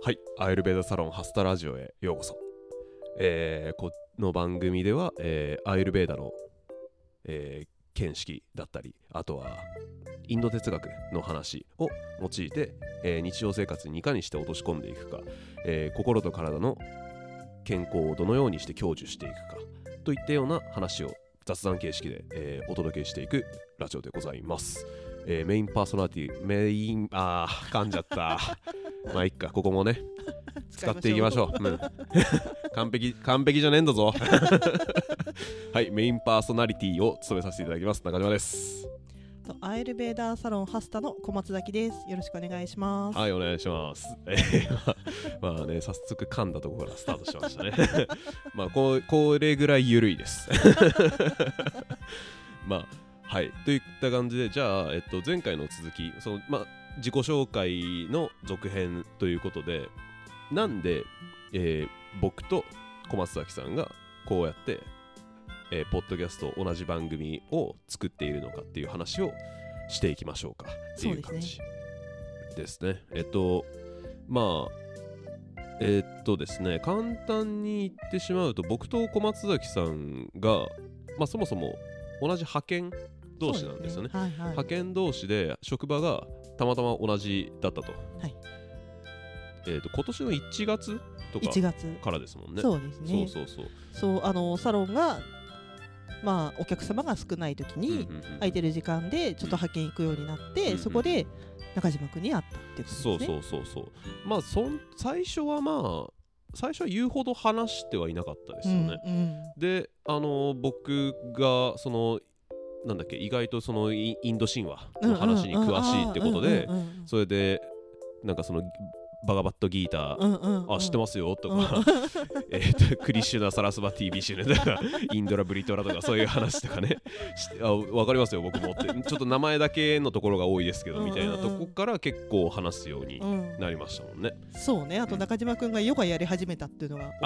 はい、アーユルヴェーダサロンハスタラジオへようこそ。この番組では、アーユルヴェーダの、見識だったり、あとはインド哲学の話を用いて、日常生活にいかにして落とし込んでいくか、心と体の健康をどのようにして享受していくかといったような話を雑談形式で、お届けしていくラジオでございます。メインパーソナリティ噛んじゃったまあいっか、ここもね使っていきましょう、完璧じゃねえんだぞはい、メインパーソナリティを務めさせていただきます中島です。 アーユルヴェーダサロンハスタの小松崎です。よろしくお願いします。 はい、お願いします。まあね、早速噛んだところからスタートしましたねまあこれぐらい緩いですまあはい、といった感じで、じゃあ、前回の続き、自己紹介の続編ということで、なんで、僕と小松崎さんがこうやって、ポッドキャスト同じ番組を作っているのかっていう話をしていきましょうかっていう感じですね。ですね、簡単に言ってしまうと、僕と小松崎さんが、そもそも同じ派遣同士なんですよね。派遣同士で職場がたまたま同じだったと、はい。今年の1月とかからですもんね。 そうですね。そうサロンがお客様が少ない時に空いてる時間でちょっと派遣行くようになって、そこで中島君に会ったっていうことですね。 そう最初は言うほど話してはいなかったですよね。で、僕が意外とそのインド神話の話に詳しいってことで、それでバガバットギーター、知ってますよとかクリシュナ・サラスバティ・ビシュネとかインドラ・ブリトラとかそういう話とかねわかりますよ僕もってちょっと名前だけのところが多いですけどみたいなとこから結構話すようになりましたもんね。 そうね。あと中島くんがヨガやり始めたっていうのが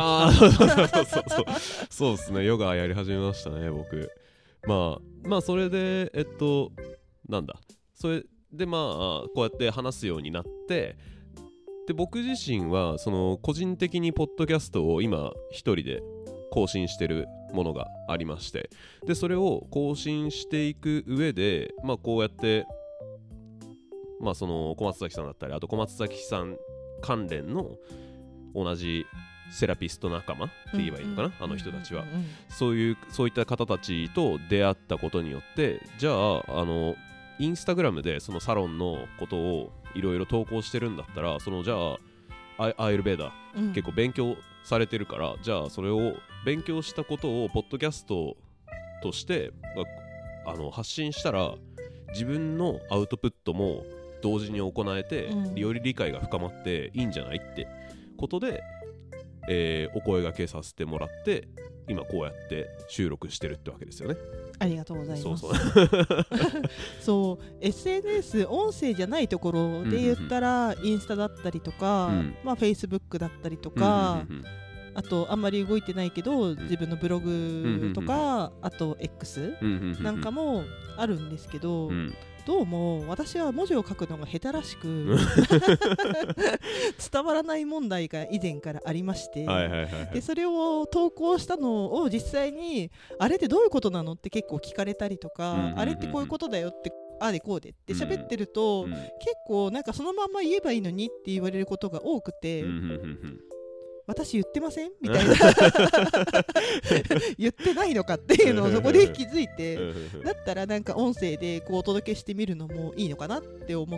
そうですね、ヨガやり始めましたね僕。それでそれでこうやって話すようになって、で僕自身は個人的にポッドキャストを今一人で更新してるものがありまして、でそれを更新していく上でこうやって小松崎さんだったり、あと小松崎さん関連の同じセラピスト仲間って言えばいいのかな、あの人たちはそういった方たちと出会ったことによって、じゃあインスタグラムでそのサロンのことをいろいろ投稿してるんだったら、じゃあアーユルヴェーダ、結構勉強されてるから、じゃあそれを勉強したことをポッドキャストとして発信したら、自分のアウトプットも同時に行えて、より理解が深まっていいんじゃないってことで、お声掛けさせてもらって、今こうやって収録してるってわけですよね。 ありがとうございます。そう、SNS 音声じゃないところで言ったら、インスタだったりとか、Facebook だったりとか、あとあんまり動いてないけど自分のブログとか、あと X なんかもあるんですけど、どうも私は文字を書くのが下手らしく伝わらない問題が以前からありまして、でそれを投稿したのを実際にあれってどういうことなのって結構聞かれたりとか、あれってこういうことだよってあでこうでって喋ってると、結構そのまま言えばいいのにって言われることが多くて、私言ってませんみたいな言ってないのかっていうのをそこで気づいて、だったら音声でこうお届けしてみるのもいいのかなって思って、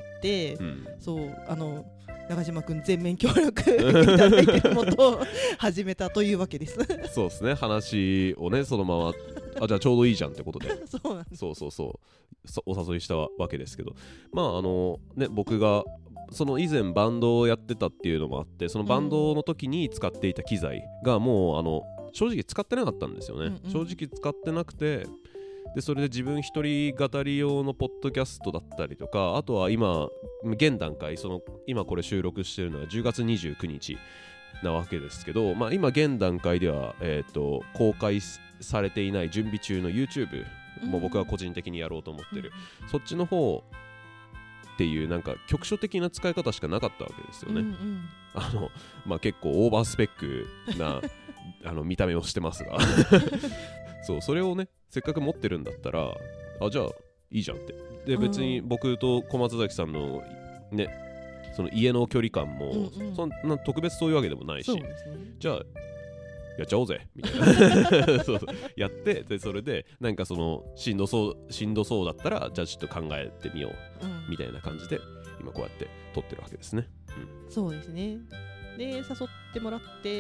中島くん全面協力いただいてるもと始めたというわけですそうですね、話をねそのままじゃあちょうどいいじゃんってことでそうなんです。 お誘いしたわけですけど、僕が以前バンドをやってたっていうのもあって、そのバンドの時に使っていた機材がもう正直使ってなかったんですよね。正直使ってなくて、でそれで自分一人語り用のポッドキャストだったりとか、あとは現段階今これ収録してるのは10月29日なわけですけど、今現段階では、公開されていない準備中の YouTube も僕は個人的にやろうと思ってる、そっちの方っていうなんか局所的な使い方しかなかったわけですよね、結構オーバースペックな見た目をしてますがそう、それをねせっかく持ってるんだったらじゃあいいじゃんって。で別に僕と小松崎さんのねその家の距離感も、そんな特別そういうわけでもないし、じゃあやっちゃおうぜみたいなそうやって、でそれでなんかそのしんどそうだったらじゃあちょっと考えてみよう、みたいな感じで今こうやって撮ってるわけですね、 そうですね。で誘ってもらって、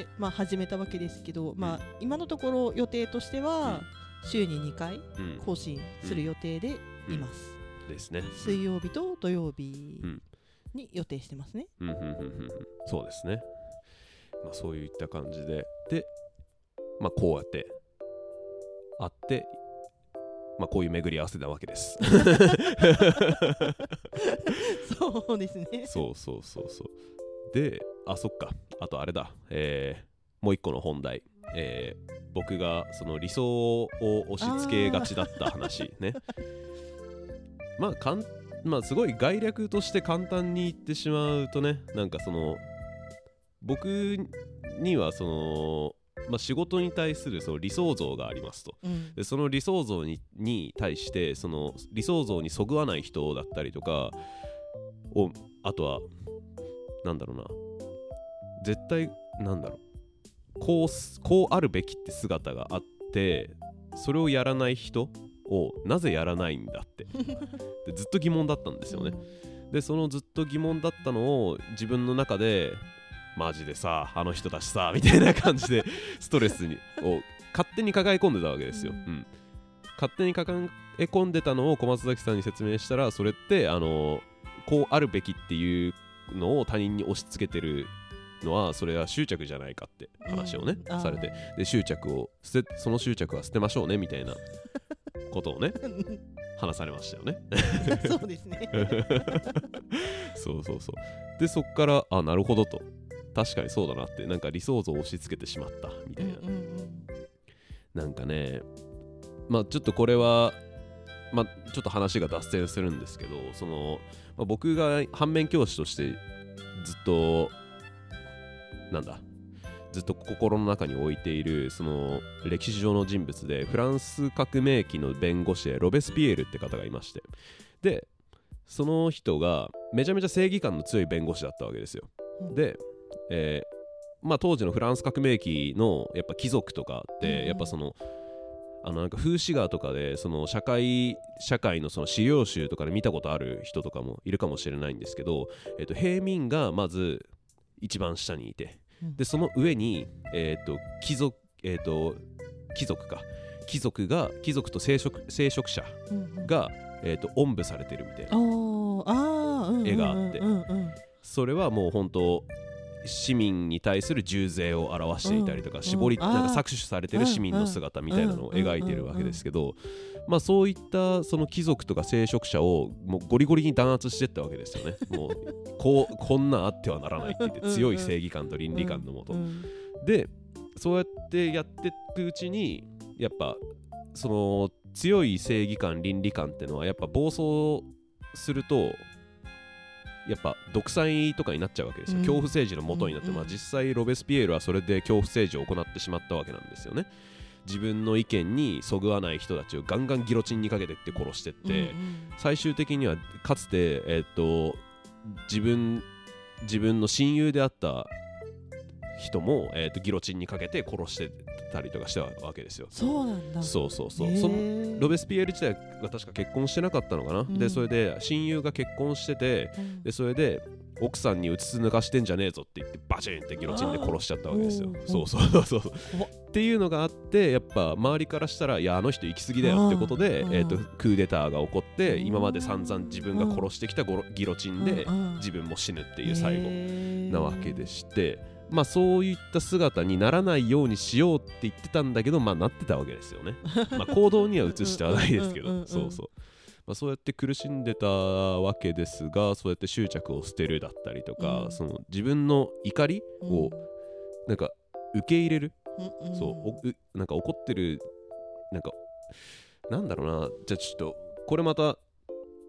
始めたわけですけど、今のところ予定としては、週に2回更新する予定でいます、 ですね。 水曜日と土曜日に予定してますね、 そうですね。そういった感じでこうやってあって、こういう巡り合わせなわけですそうですね。 そうで、そっか、あとあれだ、もう一個の本題、僕がその理想を押し付けがちだった話ねすごい概略として簡単に言ってしまうとね、なんかその僕にはその仕事に対するその理想像がありますと、でその理想像に対してその理想像にそぐわない人だったりとかを、あとはなんだろうな、絶対なんだろう、こうあるべきって姿があって、それをやらない人をなぜやらないんだってでずっと疑問だったんですよね、でそのずっと疑問だったのを自分の中でマジでさあの人だしさみたいな感じでストレスを勝手に抱え込んでたわけですよ、勝手に抱え込んでたのを小松崎さんに説明したら、それってこうあるべきっていうのを他人に押し付けてるのはそれは執着じゃないかって話をね、されて、でその執着は捨てましょうねみたいなことをね話されましたよねそうですねそうでそっからなるほどと、確かにそうだなって、なんか理想像を押し付けてしまったみたいな、なんかね、ちょっとこれはちょっと話が脱線するんですけど、その、僕が反面教師としてずっと心の中に置いているその歴史上の人物で、フランス革命期の弁護士でロベスピエールって方がいまして、でその人がめちゃめちゃ正義感の強い弁護士だったわけですよ。で、当時のフランス革命期のやっぱ貴族とかって、やっぱそのなんか風刺画とかでその社会のその資料集とかで見たことある人とかもいるかもしれないんですけど、平民がまず一番下にいて、でその上に、貴族と聖職者が、おんぶされてるみたいな絵があって、それはもう本当市民に対する重税を表していたりとか、なんか搾取されてる市民の姿みたいなのを描いてるわけですけど、そういったその貴族とか聖職者をもうゴリゴリに弾圧していったわけですよね。もうこんなあってはならないって言って、強い正義感と倫理観のもと、でそうやってやっていくうちに、やっぱその強い正義感倫理観ってのはやっぱ暴走するとやっぱ独裁とかになっちゃうわけですよ、恐怖政治の元になって、実際ロベスピエールはそれで恐怖政治を行ってしまったわけなんですよね。自分の意見にそぐわない人たちをガンガンギロチンにかけてって殺してって、最終的にはかつて、自分の親友であった人も、ギロチンにかけて殺してたりとかしたわけですよ。 そうなんだ。 そのロベスピエール自体が確か結婚してなかったのかな、でそれで親友が結婚してて、でそれで奥さんにうつつ抜かしてんじゃねえぞって言ってバチンってギロチンで殺しちゃったわけですよ。そうっていうのがあって、やっぱ周りからしたら、いやあの人行き過ぎだよってことで、クーデターが起こって、今まで散々自分が殺してきたギロチンで自分も死ぬっていう最後なわけでして、そういった姿にならないようにしようって言ってたんだけど、なってたわけですよね。行動には移してはないですけど、そうやって苦しんでたわけですが、そうやって執着を捨てるだったりとか、その自分の怒りをなんか受け入れる、なんか怒ってる、なんだろうな、じゃあちょっとこれまた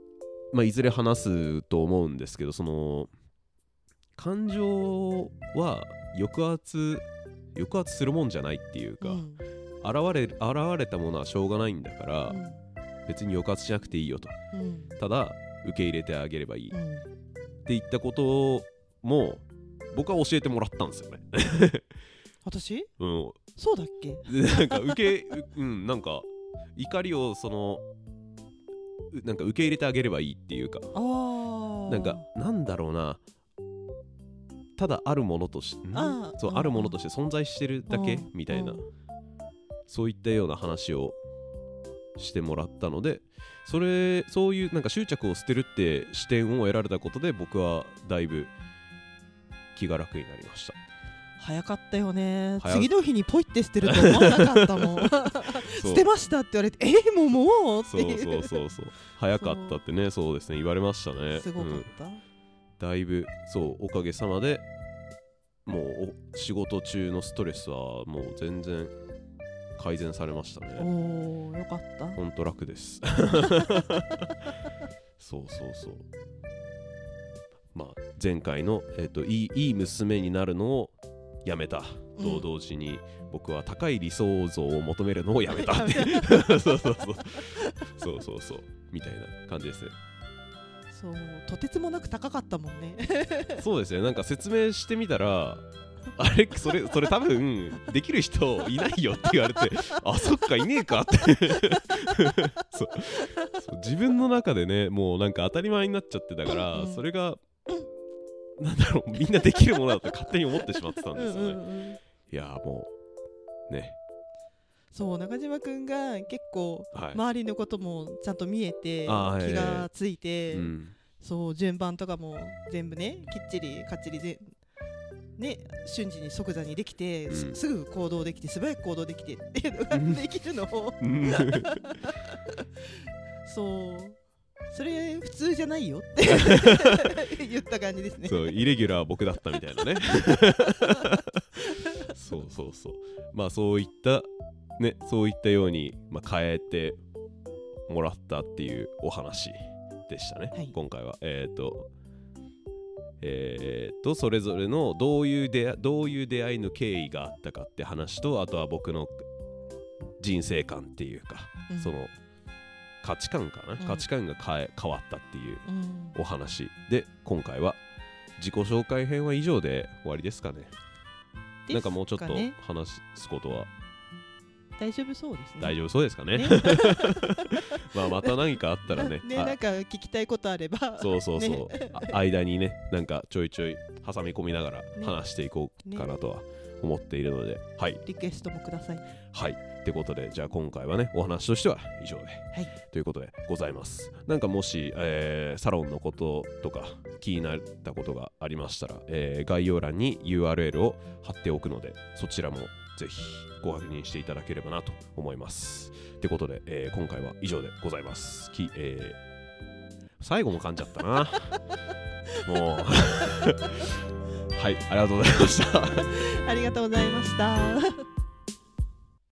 いずれ話すと思うんですけど、その感情は抑圧するもんじゃないっていうか、現れたものはしょうがないんだから、別に抑圧しなくていいよと、ただ受け入れてあげればいい、っていったことも僕は教えてもらったんですよね私？ そうだっけなんかなんか怒りをなんか受け入れてあげればいいっていうか、なんかなんだろうな、ただあるものとしてあるものとして存在してるだけみたいな、そういったような話をしてもらったので、そういうなんか執着を捨てるって視点を得られたことで、僕はだいぶ気が楽になりました。 早かったよね。次の日にポイって捨てると思わなかったもん捨てましたって言われて、もうっていうそう早かったってね、そうですね、言われましたね。 すごかった、 だいぶおかげさまでもう仕事中のストレスはもう全然改善されましたね。 よかった、 ほんと楽ですそう前回の、いい娘になるのをやめたと同時に、僕は高い理想像を求めるのをやめたってそうみたいな感じですね。 とてつもなく高かったもんねそうですね、なんか説明してみたらあれそれ多分できる人いないよって言われてあ、そっか、いねえかってそう自分の中でね、もうなんか当たり前になっちゃってたから、それがなんだろう、みんなできるものだと勝手に思ってしまってたんですよね。いやもうね、 中島くんが結構周りのこともちゃんと見えて、気がついて、順番とかも全部ね、きっちりかっちりね、瞬時に即座にできて、すぐ行動できて、素早く行動できてっていうのができるのをそれ普通じゃないよって言った感じですね。 イレギュラー僕だったみたいなねそういったね、そういったように、変えてもらったっていうお話でしたね、今回は。それぞれのどういう出会いの経緯があったかって話と、あとは僕の人生観っていうか、その価値観かな、価値観が変わったっていうお話で、今回は自己紹介編は以上で終わりですかね。なんかもうちょっと話すことは大丈夫そうですね。 大丈夫そうですかねまた何かあったらねなんか聞きたいことあれば間にね、なんかちょいちょい挟み込みながら話していこうかなとは思っているので、 リクエストもください。 ってことで、じゃあ今回はね、お話としては以上で、ということでございます。なんかもし、サロンのこととか気になったことがありましたら、概要欄に URL を貼っておくので、そちらもぜひご確認していただければなと思います。ってことで、今回は以上でございます。最後も噛んじゃったなもうありがとうございましたありがとうございました